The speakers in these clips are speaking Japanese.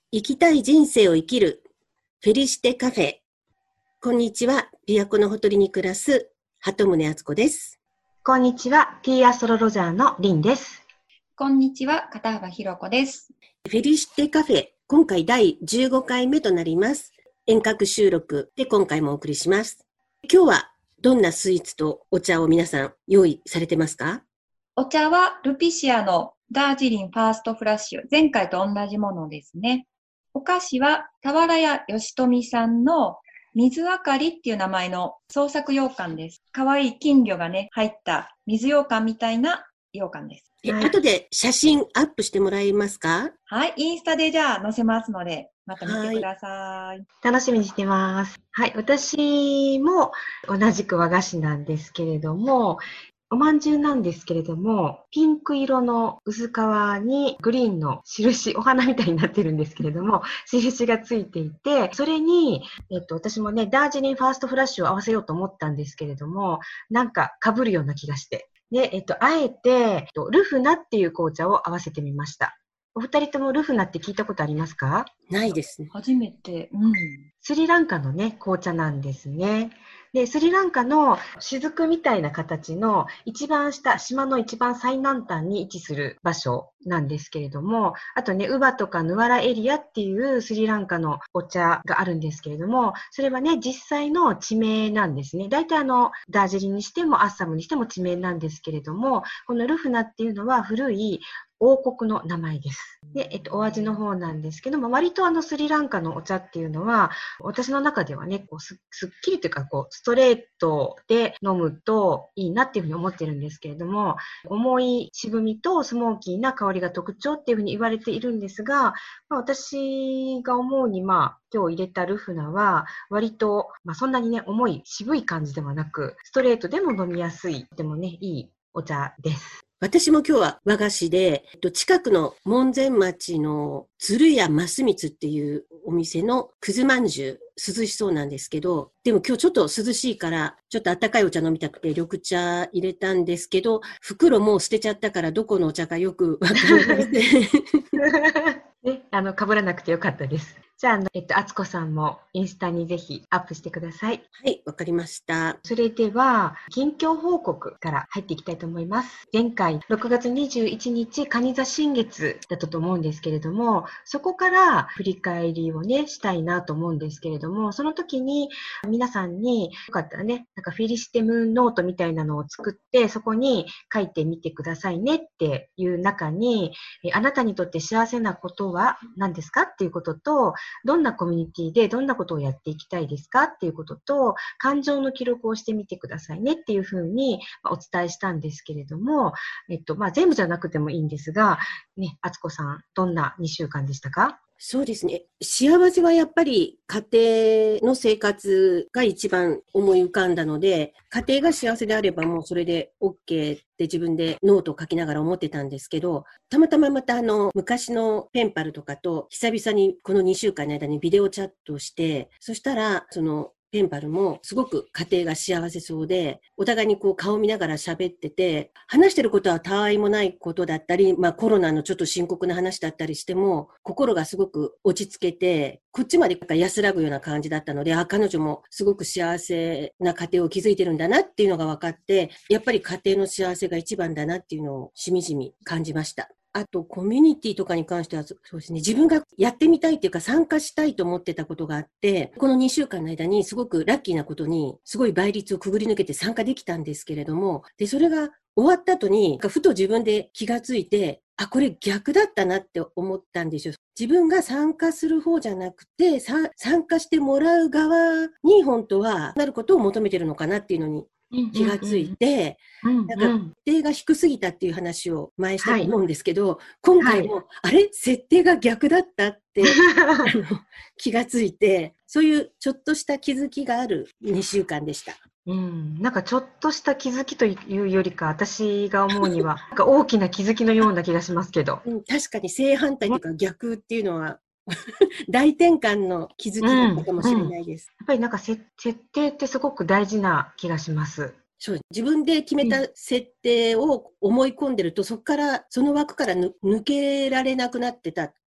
生きたい人生を生きるフェリシテカフェ。こんにちは、琵琶湖のほとりに暮らす鳩宗敦子です。 こんにちは、ティーアストロロジャーのリンです。 こんにちは、片幅ひろ子です。 フェリシテカフェ、今回第15回目となります。遠隔収録で今回もお送りします。今日はどんなスイーツとお茶を皆さん用意されてますか？ お茶はルピシアのダージリンファーストフラッシュ、前回と同じものですね。お菓子は俵屋吉富さんの水あかりっていう名前の創作羊羹です。かわいい金魚がね、入った水羊羹みたいな羊羹です。 後で写真アップしてもらえますか？ はい、インスタでじゃあ載せますので、また見てください。 楽しみにしてます。はい、私も同じく和菓子なんですけれども、おまんじゅうなんですけれども、ピンク色の薄皮にグリーンの印、お花みたいになってるんですけれども、印がついていて、それに、私もね、ダージリンファーストフラッシュを合わせようと思ったんですけれども、なんか被るような気がして。で、あえて、ルフナっていう紅茶を合わせてみました。お二人ともルフナって聞いたことありますか？ ないですね。 初めて、 スリランカのね、紅茶なんですね。で、スリランカの雫みたいな形の一番下、島の一番最南端に位置する場所なんですけれども、あとね、ウバとかヌワラエリアっていうスリランカのお茶があるんですけれども、それはね、実際の地名なんですね。大体ダージリンにしてもアッサムにしても地名なんですけれども、このルフナっていうのは古い王国の名前です。で、お味の方なんですけども、割とスリランカのお茶っていうのは、私の中ではね、こうすっきりというか、こう、ストレートで飲むといいなっていうふうに思ってるんですけれども、重い渋みとスモーキーな香りが特徴っていうふうに言われているんですが、私が思うに、今日入れたルフナは、割と、そんなにね、重い渋い感じではなく、ストレートでも飲みやすい、とてもね、いいお茶です。 私も今日は和菓子で、近くの門前町の鶴屋増光っていうお店のくずまんじゅう、涼しそうなんですけど、でも今日ちょっと涼しいから、ちょっと温かいお茶飲みたくて緑茶入れたんですけど、袋もう捨てちゃったからどこのお茶かよくわかりません。 ね、被らなくてよかったです。じゃあ、敦子さんもインスタにぜひアップしてください。 はい、わかりました。 それでは、近況報告から入っていきたいと思います。前回、6月21日、蟹座新月だったと思うんですけれども、そこから振り返りをね、したいなと思うんですけれども、その時に皆さんに、よかったらね、なんかフェリシテムーンノートみたいなのを作って、そこに書いてみてくださいねっていう中に、あなたにとって幸せなことは何ですかっていうことと、どんなコミュニティでどんなことをやっていきたいですかっていうことと、感情の記録をしてみてくださいねっていうふうにお伝えしたんですけれども、全部じゃなくてもいいんですが、ね、敦子さん、どんな2週間でしたか？ そうですね。幸せはやっぱり家庭の生活が一番思い浮かんだので、家庭が幸せであればもうそれで OK って自分でノートを書きながら思ってたんですけど、たまたままた昔のペンパルとかと久々にこの2週間の間にビデオチャットをして、そしたらペンパルもすごく家庭が幸せそうで、お互いにこう顔見ながら喋ってて、話してることはたわいもないことだったり、コロナのちょっと深刻な話だったりしても、心がすごく落ち着けて、こっちまで安らぐような感じだったので、彼女もすごく幸せな家庭を築いてるんだなっていうのが分かって、やっぱり家庭の幸せが一番だなっていうのをしみじみ感じました。あと、コミュニティとかに関しては、そうですね、自分がやってみたいっていうか参加したいと思ってたことがあって、この2週間の間にすごくラッキーなことに、すごい倍率をくぐり抜けて参加できたんですけれども、で、それが終わった後に、ふと自分で気がついて、これ逆だったなって思ったんですよ。自分が参加する方じゃなくて、参加してもらう側に本当はなることを求めてるのかなっていうのに気がついて、設定が低すぎたっていう話を前したと思うんですけど、今回も、設定が逆だったって気がついて、そういうちょっとした気づきがある2週間でした。 なんかちょっとした気づきというよりか、私が思うには、なんか大きな気づきのような気がしますけど。 確かに正反対というか逆っていうのは、大転換の気づきだったかもしれないです。 やっぱりなんか設定ってすごく大事な気がします。 そう、自分で決めた設定を思い込んでると、その枠から抜けられなくなってた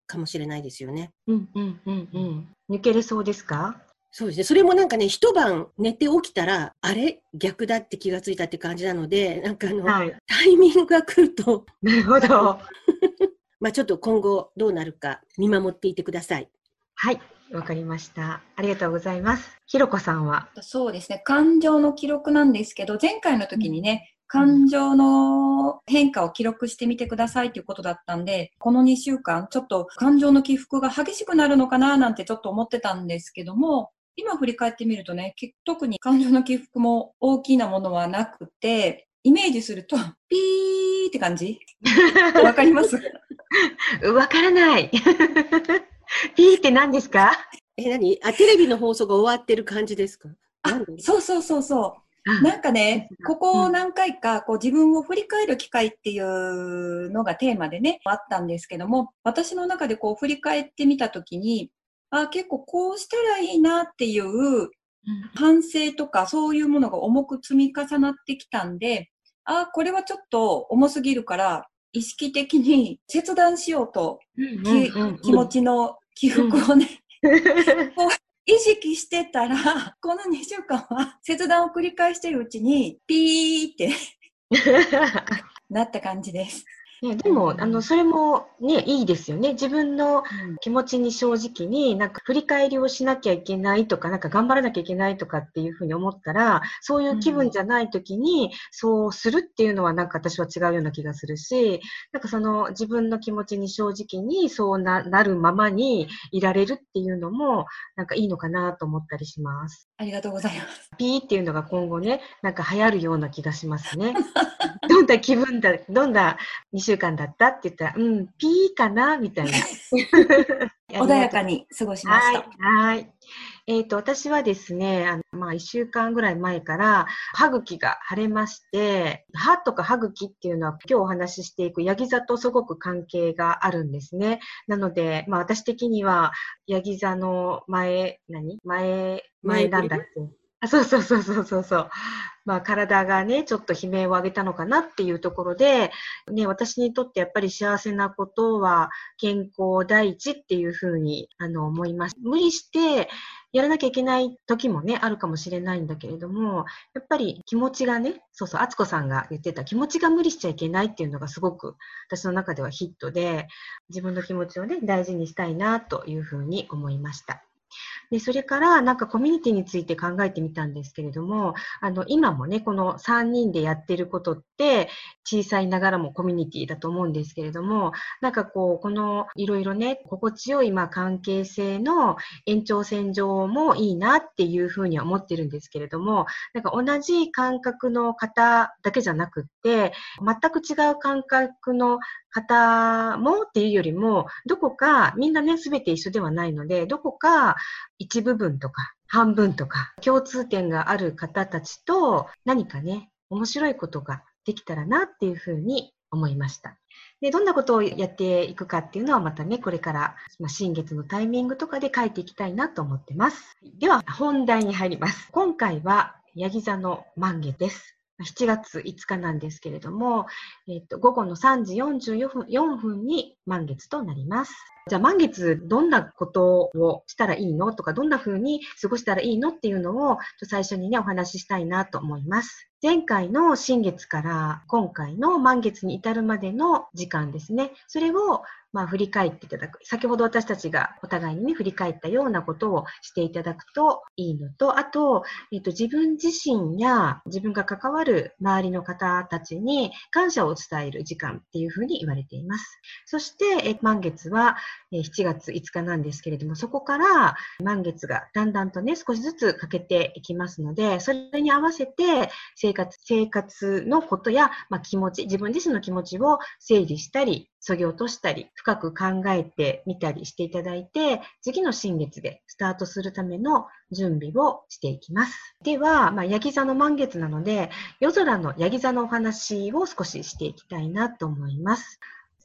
かもしれないですよね。 抜けれそうですか？ そうですね。それもなんかね、一晩寝て起きたら、あれ逆だって気がついたって感じなので、なんかはい。 タイミングが来ると、 なるほど。 まあちょっと今後どうなるか見守っていてください。 はい。わかりました。ありがとうございます。ひろこさんは？ そうですね。感情の記録なんですけど、前回の時にね、感情の変化を記録してみてくださいということだったんで、この2週間、ちょっと感情の起伏が激しくなるのかななんてちょっと思ってたんですけども、今振り返ってみるとね、特に感情の起伏も大きなものはなくて、イメージすると、ピーって感じわかります？ わからない。ピーって何ですか？ テレビの放送が終わってる感じですか？ そうそうそうそう。なんかね、ここ何回か自分を振り返る機会っていうのがテーマでね、あったんですけども、私の中で振り返ってみたときに、結構こうしたらいいなっていう反省とかそういうものが重く積み重なってきたんで、これはちょっと重すぎるから意識的に切断しようと、気持ちの起伏をね、意識してたら、この2週間は切断を繰り返しているうちに、ピーってなった感じです。 でも、それもね、いいですよね。自分の気持ちに正直に、なんか振り返りをしなきゃいけないとか、なんか頑張らなきゃいけないとかっていうふうに思ったら、そういう気分じゃない時に、そうするっていうのはなんか私は違うような気がするし、なんかその自分の気持ちに正直にそうなるままにいられるっていうのも、なんかいいのかなと思ったりします。 ありがとうございます。 ピーっていうのが今後ね、なんか流行るような気がしますね。どんな気分だ、どんな2週間だったって言ったら、ピーかなみたいな。 穏やかに過ごしました。 はい。私はですね、1週間ぐらい前から、歯茎が腫れまして、歯とか歯茎っていうのは今日お話ししていくヤギ座とすごく関係があるんですね。なので、私的には、ヤギ座の前なんだっけ。そう。体がね、ちょっと悲鳴を上げたのかなっていうところで、ね、私にとってやっぱり幸せなことは健康第一っていうふうに思います。無理してやらなきゃいけない時もね、あるかもしれないんだけれども、やっぱり気持ちがね、敦子さんが言ってた気持ちが無理しちゃいけないっていうのがすごく私の中ではヒットで、自分の気持ちをね、大事にしたいなというふうに思いました。で、それからなんかコミュニティについて考えてみたんですけれども、今もね、この3人でやってることって小さいながらもコミュニティだと思うんですけれども、なんかこのいろいろね、心地よい関係性の延長線上もいいなっていうふうには思ってるんですけれども、なんか同じ感覚の方だけじゃなくって、全く違う感覚の方もっていうよりも、どこかみんなね、すべて一緒ではないので、どこか一部分とか半分とか共通点がある方たちと何かね、面白いことができたらなっていうふうに思いました。で、どんなことをやっていくかっていうのはまたね、これから新月のタイミングとかで書いていきたいなと思ってます。では、本題に入ります。今回はヤギ座の満月です。7月5日なんですけれども、午後の3時44分に満月となります。じゃあ満月どんなことをしたらいいのとか、どんな風に過ごしたらいいのっていうのを最初にね、お話ししたいなと思います。前回の新月から今回の満月に至るまでの時間ですね。それを振り返っていただく。先ほど私たちがお互いにね、振り返ったようなことをしていただくといいのと、あと、自分自身や自分が関わる周りの方たちに感謝を伝える時間っていうふうに言われています。そして、満月は7月5日なんですけれども、そこから満月がだんだんとね、少しずつ欠けていきますので、それに合わせて生活のことや、気持ち、自分自身の気持ちを整理したり、削ぎ落としたり、深く考えてみたりしていただいて、次の新月でスタートするための準備をしていきます。では、ヤギ座の満月なので、夜空のヤギ座のお話を少ししていきたいなと思います。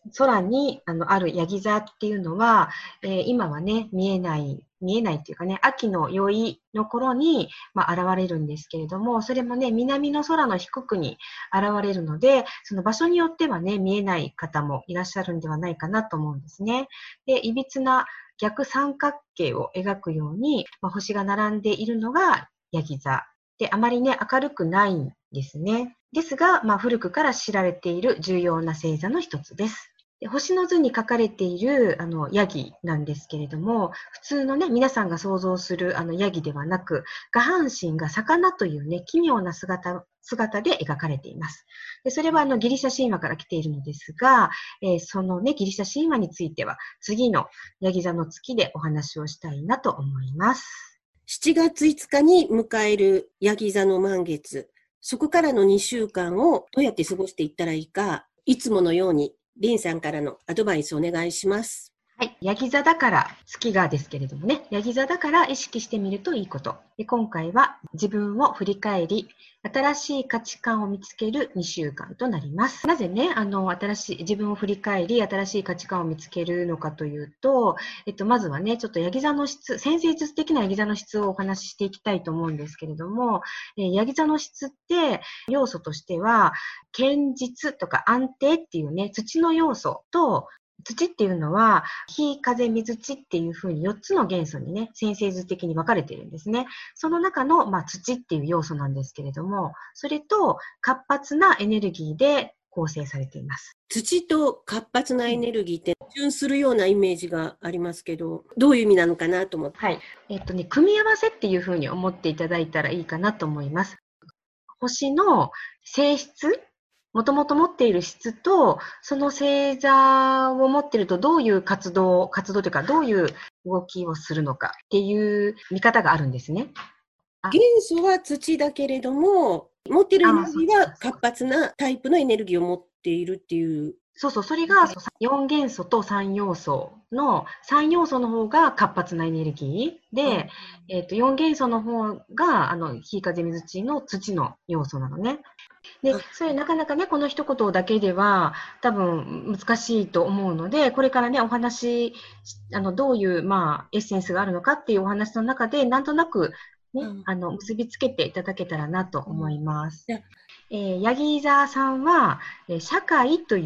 空にあるヤギ座っていうのは、今はね、見えないっていうかね、秋の宵の頃に、現れるんですけれども、それもね、南の空の低くに現れるので、その場所によってはね、見えない方もいらっしゃるんではないかなと思うんですね。で、いびつな逆三角形を描くように、星が並んでいるのがヤギ座。で、あまりね、明るくないんですね。ですが、古くから知られている重要な星座の一つです。で、星の図に書かれているヤギなんですけれども、普通のね、皆さんが想像するヤギではなく、下半身が魚というね、奇妙な姿で描かれています。で、それはギリシャ神話から来ているのですが、そのね、ギリシャ神話については、次のヤギ座の月でお話をしたいなと思います。 7月5日に迎えるヤギ座の満月、そこからの2週間をどうやって過ごしていったらいいか、いつものようにリンさんからのアドバイスお願いします。 はい。ヤギ座だから月がですけれどもね、ヤギ座だから意識してみるといいこと。で、今回は自分を振り返り、新しい価値観を見つける2週間となります。なぜね、自分を振り返り、新しい価値観を見つけるのかというと、まずはね、ちょっとヤギ座の質、先生術的なヤギ座の質をお話ししていきたいと思うんですけれども、ヤギ座の質って要素としては、堅実とか安定っていうね、土の要素と、土っていうのは、火、風、水、地っていうふうに4つの元素にね、先生図的に分かれているんですね。その中の、土っていう要素なんですけれども、それと活発なエネルギーで構成されています。 土と活発なエネルギーって矛盾するようなイメージがありますけど、どういう意味なのかなと思って。 はい。組み合わせっていうふうに思っていただいたらいいかなと思います。星の性質、もともと持っている質と、その星座を持っているとどういう活動というか、どういう動きをするのかっていう見方があるんですね。 元素は土だけれども、持っているエネルギーは活発なタイプのエネルギーを持っているっていう。 そうそう、それが4元素と3要素の、3要素の方が活発なエネルギーで、4元素の方が、火風水地の土の要素なのね。で、それなかなかね、この一言だけでは多分難しいと思うので、これからね、お話、どういう、エッセンスがあるのかっていうお話の中で、なんとなくね、結びつけていただけたらなと思います。ヤギ座さんは、社会と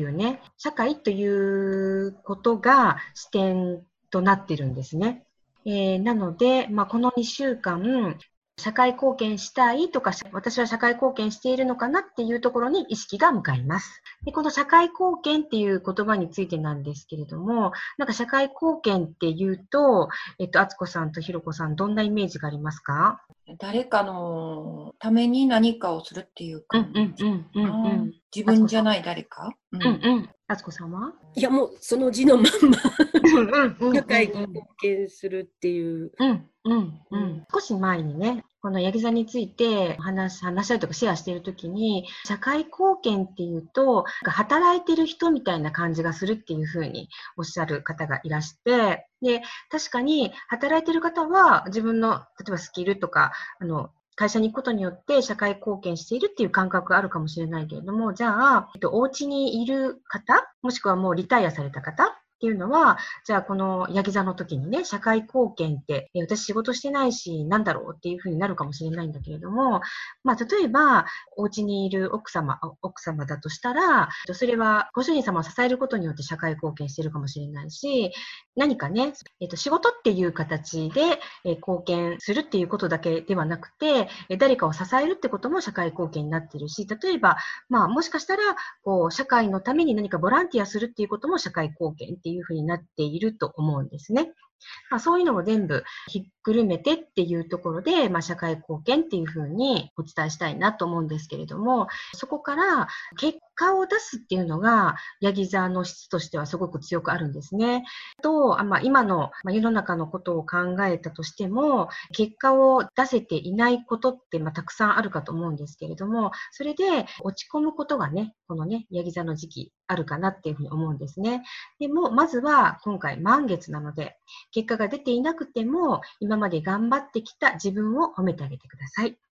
いうことが視点となっているんですね。なので、この2週間、社会貢献したいとか、私は社会貢献しているのかなっていうところに意識が向かいます。で、この社会貢献っていう言葉についてなんですけれども、なんか社会貢献っていうと、敦子さんとひろこさん、どんなイメージがありますか？ 誰かのために何かをするっていうか、自分じゃない誰か。 敦子さんは？ いや、もうその字のまんま社会に貢献するっていう。 少し前にね、このヤギ座について話したりとかシェアしているときに、社会貢献っていうと、働いてる人みたいな感じがするっていうふうにおっしゃる方がいらして、で、確かに働いてる方は自分の、例えばスキルとか、会社に行くことによって社会貢献しているっていう感覚があるかもしれないけれども、じゃあ、お家にいる方、もしくはもうリタイアされた方っていうのは、じゃあこのヤギ座の時にね、社会貢献って、私仕事してないし、なんだろうっていうふうになるかもしれないんだけれども、例えば、お家にいる奥様だとしたら、それはご主人様を支えることによって社会貢献しているかもしれないし、何かね、仕事っていう形で貢献するっていうことだけではなくて、誰かを支えるってことも社会貢献になっているし、例えば、もしかしたら、社会のために何かボランティアするっていうことも社会貢献っていうふうになっていると思うんですね。そういうのを全部ひっくるめてっていうところで、社会貢献っていうふうにお伝えしたいなと思うんですけれども、そこから結果を出すっていうのが、ヤギ座の質としてはすごく強くあるんですね。今の世の中のことを考えたとしても、結果を出せていないことってたくさんあるかと思うんですけれども、それで落ち込むことがね、このね、ヤギ座の時期あるかなっていうふうに思うんですね。でも、まずは今回満月なので、結果が出ていなくても、今まで頑張ってきた自分を褒めてあげてください。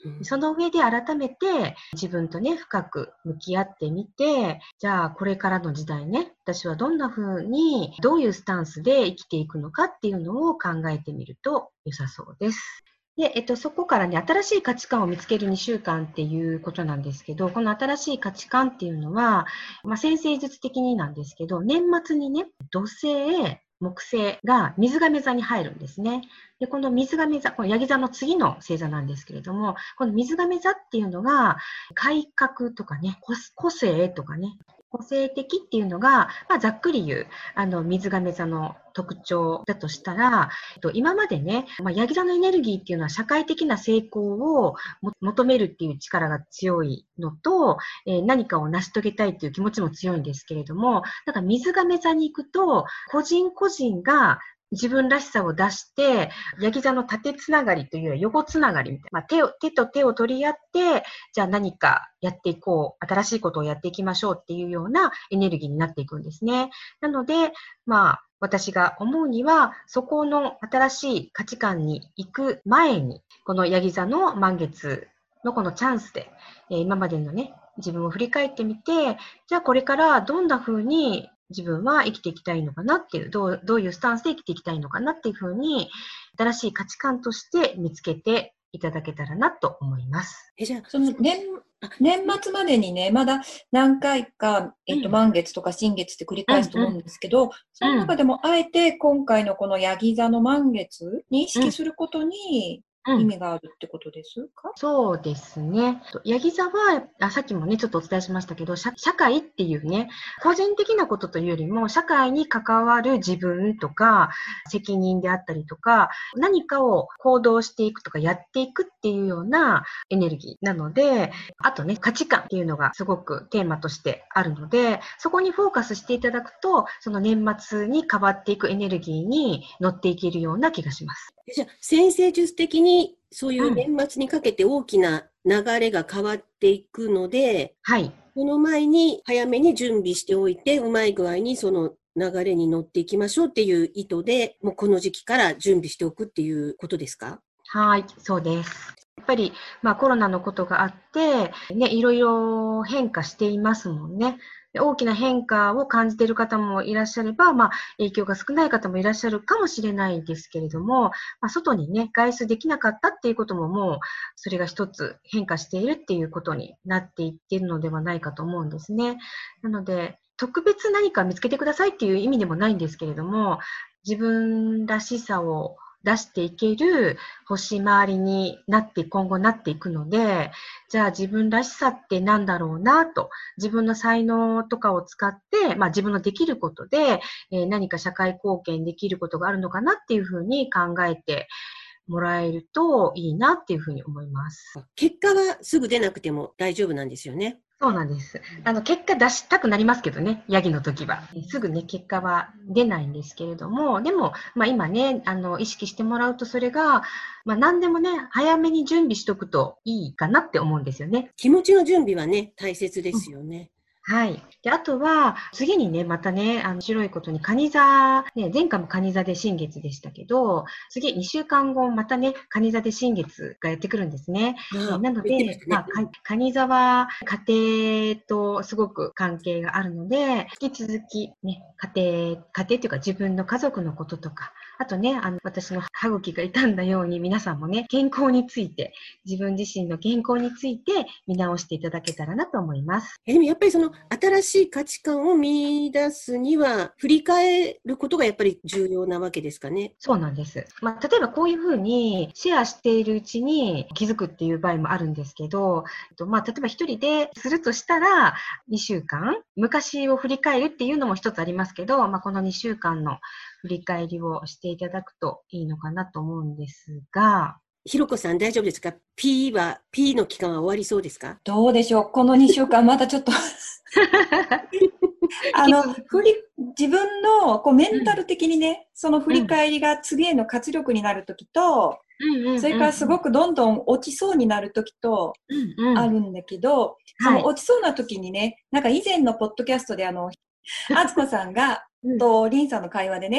その上で改めて自分とね、深く向き合ってみて、じゃあこれからの時代ね、私はどんな風に、どういうスタンスで生きていくのかっていうのを考えてみると良さそうです。で、そこからね、新しい価値観を見つける2週間っていうことなんですけど、この新しい価値観っていうのは、先生術的になんですけど、年末にね、土星、木星が水亀座に入るんですね。で、この水亀座、このヤギ座の次の星座なんですけれども、この水亀座っていうのが、改革とかね、個性とかね、個性的っていうのが、ざっくり言う、水亀座の特徴だとしたら、今までね、ヤギ座のエネルギーっていうのは社会的な成功を求めるっていう力が強いのと、何かを成し遂げたいっていう気持ちも強いんですけれども、だから水亀座に行くと、個人個人が自分らしさを出して、ヤギ座の縦つながりというより横つながりみたいな、手と手を取り合って、じゃあ何かやっていこう、新しいことをやっていきましょうっていうようなエネルギーになっていくんですね。なので、私が思うには、そこの新しい価値観に行く前に、このヤギ座の満月のこのチャンスで、今までのね、自分を振り返ってみて、じゃあこれからどんな風に自分は生きていきたいのかなっていう、どういうスタンスで生きていきたいのかなっていう風に、新しい価値観として見つけていただけたらなと思います。 じゃあ、その年末までにね、まだ何回か、満月とか新月って繰り返すと思うんですけど、その中でもあえて今回のこのヤギ座の満月に意識することに意味があるってことですか？ そうですね。ヤギ座は、さっきもね、ちょっとお伝えしましたけど、社会っていうね、個人的なことというよりも、社会に関わる自分とか、責任であったりとか、何かを行動していくとか、やっていくっていうようなエネルギーなので、あとね、価値観っていうのがすごくテーマとしてあるので、そこにフォーカスしていただくと、その年末に変わっていくエネルギーに乗っていけるような気がします。 じゃあ、先生術的にそういう年末にかけて大きな流れが変わっていくので、 はい。 その前に早めに準備しておいて、うまい具合にその流れに乗っていきましょうっていう意図で、もうこの時期から準備しておくっていうことですか？ はい、そうです。やっぱり、コロナのことがあって、ね、いろいろ変化していますもんね。大きな変化を感じている方もいらっしゃれば、影響が少ない方もいらっしゃるかもしれないですけれども、外にね、外出できなかったっていうことももう、それが一つ変化しているっていうことになっていっているのではないかと思うんですね。なので、特別何か見つけてくださいっていう意味でもないんですけれども、自分らしさを出していける星回りに今後なっていくので、じゃあ自分らしさってなんだろうなと、自分の才能とかを使って、自分のできることで、何か社会貢献できることがあるのかなっていうふうに考えてもらえるといいなっていうふうに思います。 結果はすぐ出なくても大丈夫なんですよね。 そうなんです。結果出したくなりますけどね、ヤギの時は。すぐね、結果は出ないんですけれども、でも、今ね、意識してもらうとそれが、何でもね、早めに準備しとくといいかなって思うんですよね。 気持ちの準備はね、大切ですよね。 はい。で、あとは、次にね、またね、面白いことに、蟹座、ね、前回も蟹座で新月でしたけど、次、2週間後、またね、蟹座で新月がやってくるんですね。なので、蟹座は家庭とすごく関係があるので、引き続き、ね、家庭というか自分の家族のこととか、あとね、私の歯茎が傷んだように、皆さんもね、健康について、自分自身の健康について見直していただけたらなと思います。 でもやっぱりその新しい価値観を見出すには、振り返ることがやっぱり重要なわけですかね。 そうなんです。例えばこういうふうにシェアしているうちに気づくっていう場合もあるんですけど、例えば一人でするとしたら、2週間、昔を振り返るっていうのも一つありますけど、この2週間の振り返りをしていただくといいのかなと思うんですが、 ひろこさん大丈夫ですか？ P の期間は終わりそうですか？ どうでしょう、この2週間まだちょっと自分のメンタル的にね、その振り返りが次への活力になるときと、それからすごくどんどん落ちそうになるときとあるんだけど、その落ちそうなときにね、なんか以前のポッドキャストであつこさんがとリンさんの会話でね、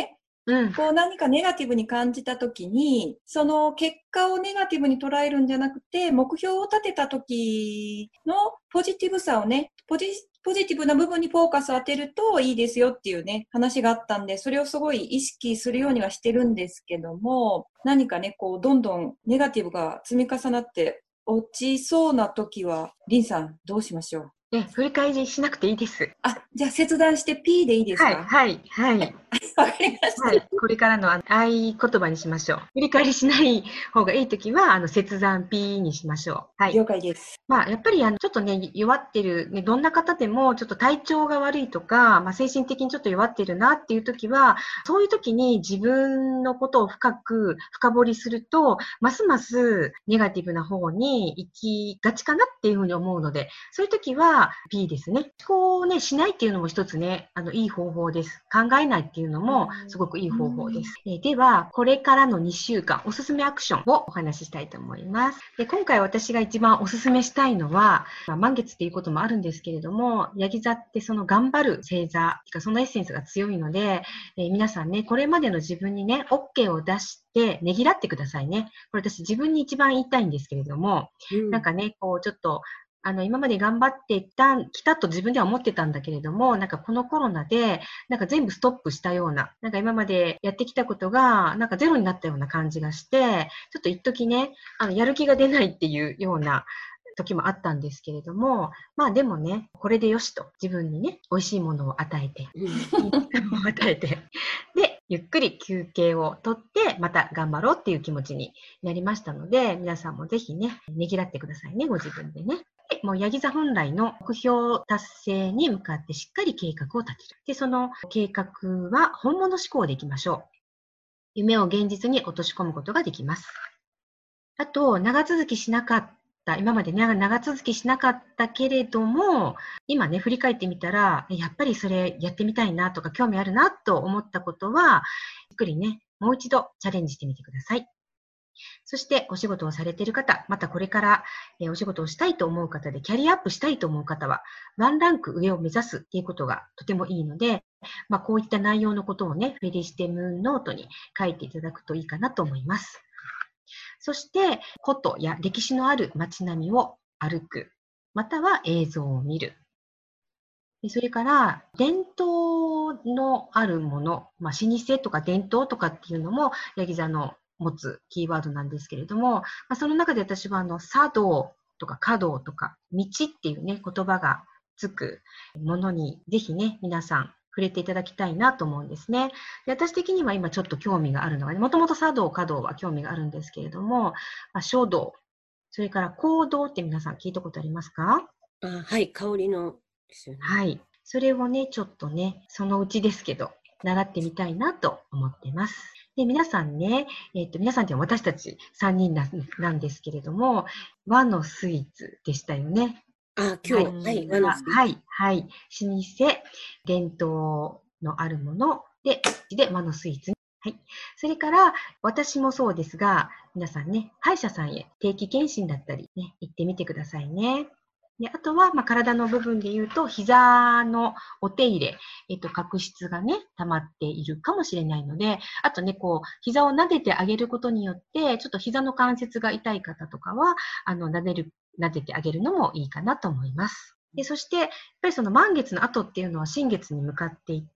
うん。 こう何かネガティブに感じたときに、その結果をネガティブに捉えるんじゃなくて、目標を立てたときのポジティブさをね、ポジティブな部分にフォーカスを当てるといいですよっていうね、話があったんで、それをすごい意識するようにはしてるんですけども、何かね、こう、どんどんネガティブが積み重なって落ちそうなときは、リンさん、どうしましょう？ 振り返りしなくていいです。 あ、じゃあ切断して P でいいですはい、 か？ はい、はい。 わかりました。 はい。これからの合言葉にしましょう。振り返りしない方がいいときは、切断 P にしましょう。はい。 了解です。 やっぱりちょっとね、弱ってる、ね、どんな方でもちょっと体調が悪いとか、精神的にちょっと弱ってるなっていう時は、そういう時に自分のことを深掘りすると、ますますネガティブな方に行きがちかなっていうふうに思うので、そういう時は P ですね。思考をね、しないっていうのも一つね、いい方法です。考えないっていうのもすごくいい方法です。では、これからの2週間、おすすめアクションをお話ししたいと思います。で、今回私が一番おすすめしたいのは、満月っていうこともあるんですけれども、ヤギ座ってその頑張る星座、そのエッセンスが強いので、皆さんね、これまでの自分にね、OK を出してねぎらってくださいね。これ私自分に一番言いたいんですけれども、なんかね、こうちょっと、今まで頑張ってきたと自分では思ってたんだけれども、なんかこのコロナで、なんか全部ストップしたような、なんか今までやってきたことが、なんかゼロになったような感じがして、ちょっと一時ね、やる気が出ないっていうような時もあったんですけれども、でもね、これでよしと、自分にね、美味しいものを与えて、いいものを与えて、で、ゆっくり休憩をとって、また頑張ろうっていう気持ちになりましたので、皆さんもぜひね、ねぎらってくださいね、ご自分でね。もうヤギ座本来の目標達成に向かってしっかり計画を立てる。で、その計画は本物思考でいきましょう。夢を現実に落とし込むことができます。あと、今までね、長続きしなかったけれども、今ね、振り返ってみたら、やっぱりそれやってみたいなとか興味あるなと思ったことは、ゆっくりね、もう一度チャレンジしてみてください。そしてお仕事をされている方、またこれからお仕事をしたいと思う方で、キャリアアップしたいと思う方は、ワンランク上を目指すっていうことがとてもいいので、こういった内容のことをね、フェリシテムーンノートに書いていただくといいかなと思います。そして、古都や歴史のある街並みを歩く、または映像を見る。それから、伝統のあるもの、老舗とか伝統とかっていうのも、ヤギ座の持つキーワードなんですけれども、その中で私は茶道とか華道とか道っていうね、言葉がつくものにぜひね、皆さん触れていただきたいなと思うんですね。で、私的には今ちょっと興味があるのが、もともと茶道、華道は興味があるんですけれども、書道、それから香道って皆さん聞いたことありますか？ はい、香りのですよね。 はい。それをね、ちょっとね、そのうちですけど、習ってみたいなと思ってます。で、皆さんね、皆さんって私たち3人なんですけれども、和のスイーツでしたよね。 今日、はい、和のスイーツ。 はい、はい。老舗、伝統のあるもので和のスイーツ。はい。それから、私もそうですが、皆さんね、歯医者さんへ定期検診だったりね、行ってみてくださいね。で、あとは、体の部分で言うと、膝のお手入れ、角質がね、溜まっているかもしれないので、あとね、こう、膝を撫でてあげることによって、ちょっと膝の関節が痛い方とかは、撫でてあげるのもいいかなと思います。で、そして、やっぱりその満月の後っていうのは新月に向かっていって、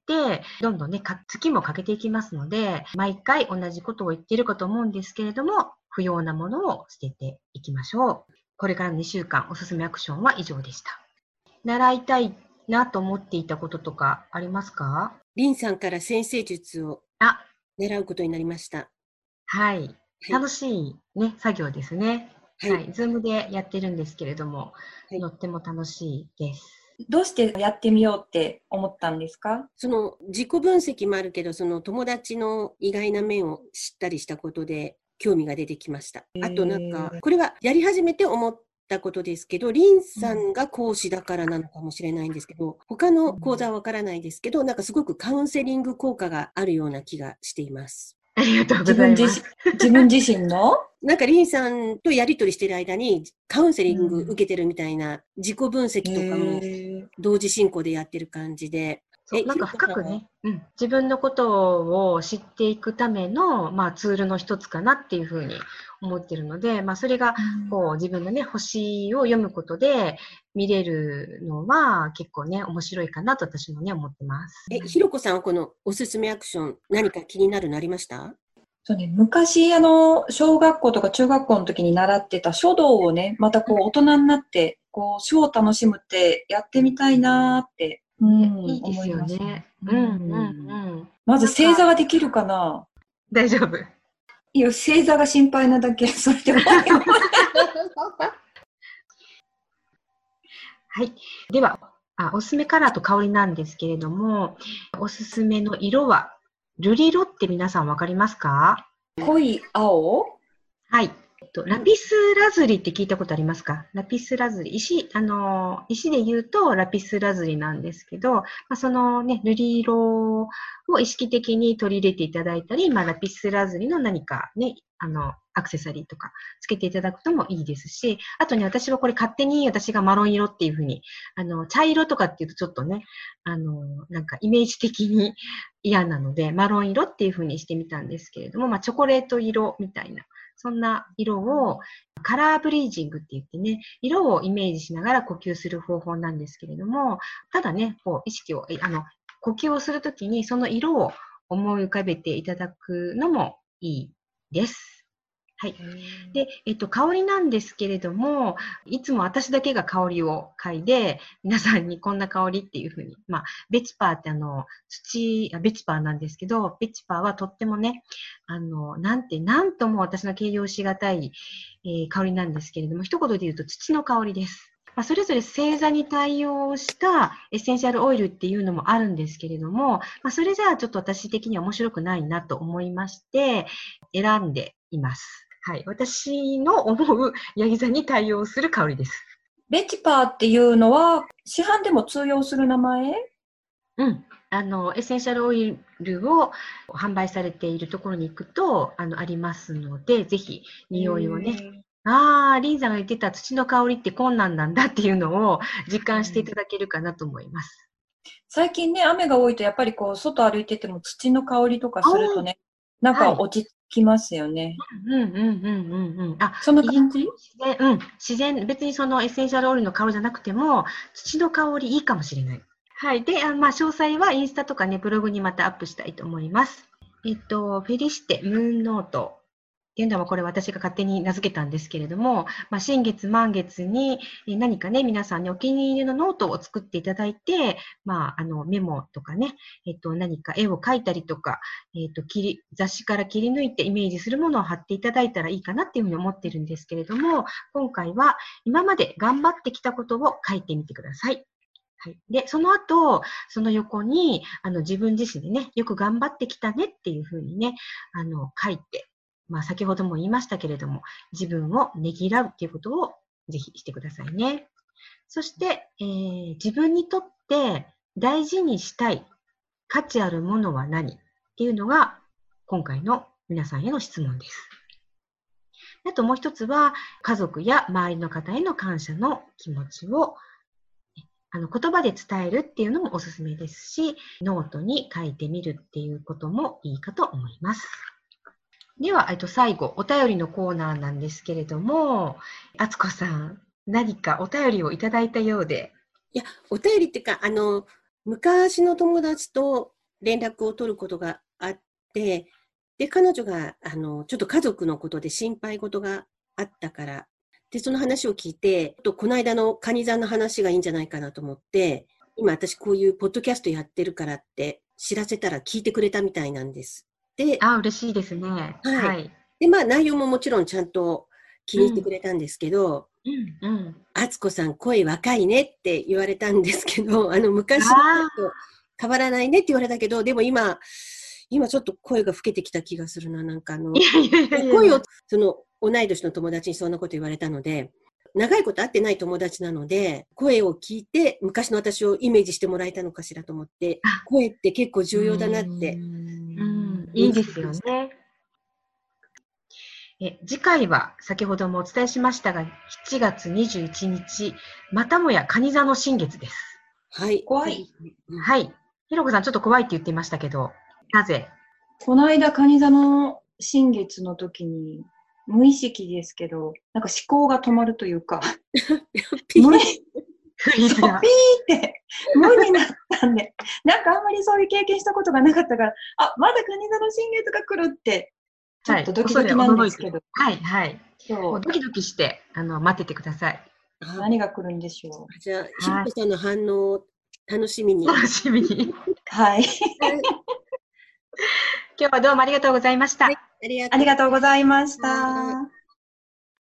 どんどんね、月も欠けていきますので、毎回同じことを言っているかと思うんですけれども、不要なものを捨てていきましょう。これからの2週間、おすすめアクションは以上でした。習いたいなと思っていたこととかありますか？ リンさんから先生術を習うことになりました。 はい。楽しいね、作業ですね。はい。ズームでやってるんですけれども、とっても楽しいです。 どうしてやってみようって思ったんですか？ その自己分析もあるけど、その友達の意外な面を知ったりしたことで興味が出てきました。あとなんか、これはやり始めて思ったことですけど、リンさんが講師だからなのかもしれないんですけど、他の講座はわからないですけど、なんかすごくカウンセリング効果があるような気がしています。 ありがとうございます。 自分自身のなんかリンさんとやり取りしてる間にカウンセリング受けてるみたいな自己分析とかも同時進行でやってる感じで。 なんか深くね、自分のことを知っていくための、ツールの一つかなっていうふうに思ってるので、それがこう自分のね、星を読むことで見れるのは結構ね、面白いかなと私もね、思ってます。 ひろこさんはこのおすすめアクション、何か気になるのありました？ そうね、昔、小学校とか中学校の時に習ってた書道をね、またこう、大人になって、こう、書を楽しむってやってみたいなーって、 いいですよね。 まず正座ができるかな？ 大丈夫。 いや、正座が心配なだけ、それでも。 はい。では、おすすめカラーと香りなんですけれども、おすすめの色は、瑠璃色って皆さんわかりますか？ 濃い青？ はい。ラピスラズリって聞いたことありますか？ラピスラズリ。石で言うとラピスラズリなんですけど、そのね、瑠璃色を意識的に取り入れていただいたり、ラピスラズリの何かね、アクセサリーとかつけていただくともいいですし、あとね、私はこれ勝手に私がマロン色っていう風に、茶色とかっていうとちょっとね、なんかイメージ的に嫌なので、マロン色っていう風にしてみたんですけれども、チョコレート色みたいな、そんな色をカラーブリージングって言ってね、色をイメージしながら呼吸する方法なんですけれども、ただね、こう意識を、呼吸をするときにその色を思い浮かべていただくのもいいです。はい。で、香りなんですけれども、いつも私だけが香りを嗅いで、皆さんにこんな香りっていうふうに、ベチパーってベチパーなんですけど、ベチパーはとってもね、なんとも私の形容しがたい、香りなんですけれども、一言で言うと土の香りです。それぞれ星座に対応したエッセンシャルオイルっていうのもあるんですけれども、それじゃあちょっと私的には面白くないなと思いまして、選んでいます。はい。私の思うヤギ座に対応する香りです。 ベチパーっていうのは、市販でも通用する名前？ エッセンシャルオイルを販売されているところに行くと、ありますので、ぜひ、匂いをね、リンさんが言ってた土の香りってこんなんなんだっていうのを実感していただけるかなと思います。 最近ね、雨が多いとやっぱりこう、外歩いてても土の香りとかするとね、なんか落ち着きますよね。 そんな感じ？自然、別にそのエッセンシャルオイルの香りじゃなくても、土の香りいいかもしれない。はい。で、詳細はインスタとかね、ブログにまたアップしたいと思います。フェリシテ、ムーンノートっていうのはこれ私が勝手に名付けたんですけれども、新月満月に何かね、皆さんね、お気に入りのノートを作っていただいて、メモとかね、何か絵を描いたりとか、雑誌から切り抜いてイメージするものを貼っていただいたらいいかなっていうふうに思ってるんですけれども、今回は今まで頑張ってきたことを書いてみてください。はい。で、その後、その横に、自分自身でね、よく頑張ってきたねっていうふうにね、書いて、先ほども言いましたけれども、自分をねぎらうっていうことをぜひしてくださいね。そして、自分にとって大事にしたい価値あるものは何っていうのが今回の皆さんへの質問です。あともう一つは、家族や周りの方への感謝の気持ちを言葉で伝えるっていうのもおすすめですし、ノートに書いてみるっていうこともいいかと思います。では、最後、お便りのコーナーなんですけれども、あつこさん、何かお便りをいただいたようで。 いや、お便りっていうか、昔の友達と連絡を取ることがあって、で、彼女が、ちょっと家族のことで心配事があったから、で、その話を聞いて、この間のカニ座の話がいいんじゃないかなと思って、今私こういうポッドキャストやってるからって知らせたら聞いてくれたみたいなんです。で、 嬉しいですね。 はい。で、内容ももちろんちゃんと気に入ってくれたんですけど、あつこさん声若いねって言われたんですけど、昔のと変わらないねって言われたけど、でも今ちょっと声が老けてきた気がするな、なんか声を、同い年の友達にそんなこと言われたので、長いこと会ってない友達なので、声を聞いて昔の私をイメージしてもらえたのかしらと思って、声って結構重要だなって。 いいですよね。次回は先ほどもお伝えしましたが、7月21日、またもや蟹座の新月です。 はい。 怖い。はい。 ひろこさんちょっと怖いって言っていましたけど、なぜ？ この間、蟹座の新月の時に、無意識ですけど、なんか思考が止まるというか、無理、 フリーズそう、ピーが。 って無になったんで、なんかあんまりそういう経験したことがなかったから、あ、まだ蟹座の新月が来るって、ちょっとドキドキなんですけど。 はい、はい。もそうう、 ドキドキして、待っててください。 あ、 何が来るんでしょう。 じゃあ、ひろこさんの反応を楽しみに。 楽しみに。 はい。 今日はどうもありがとうございました。 はい、ありがとうありがとうございましはた。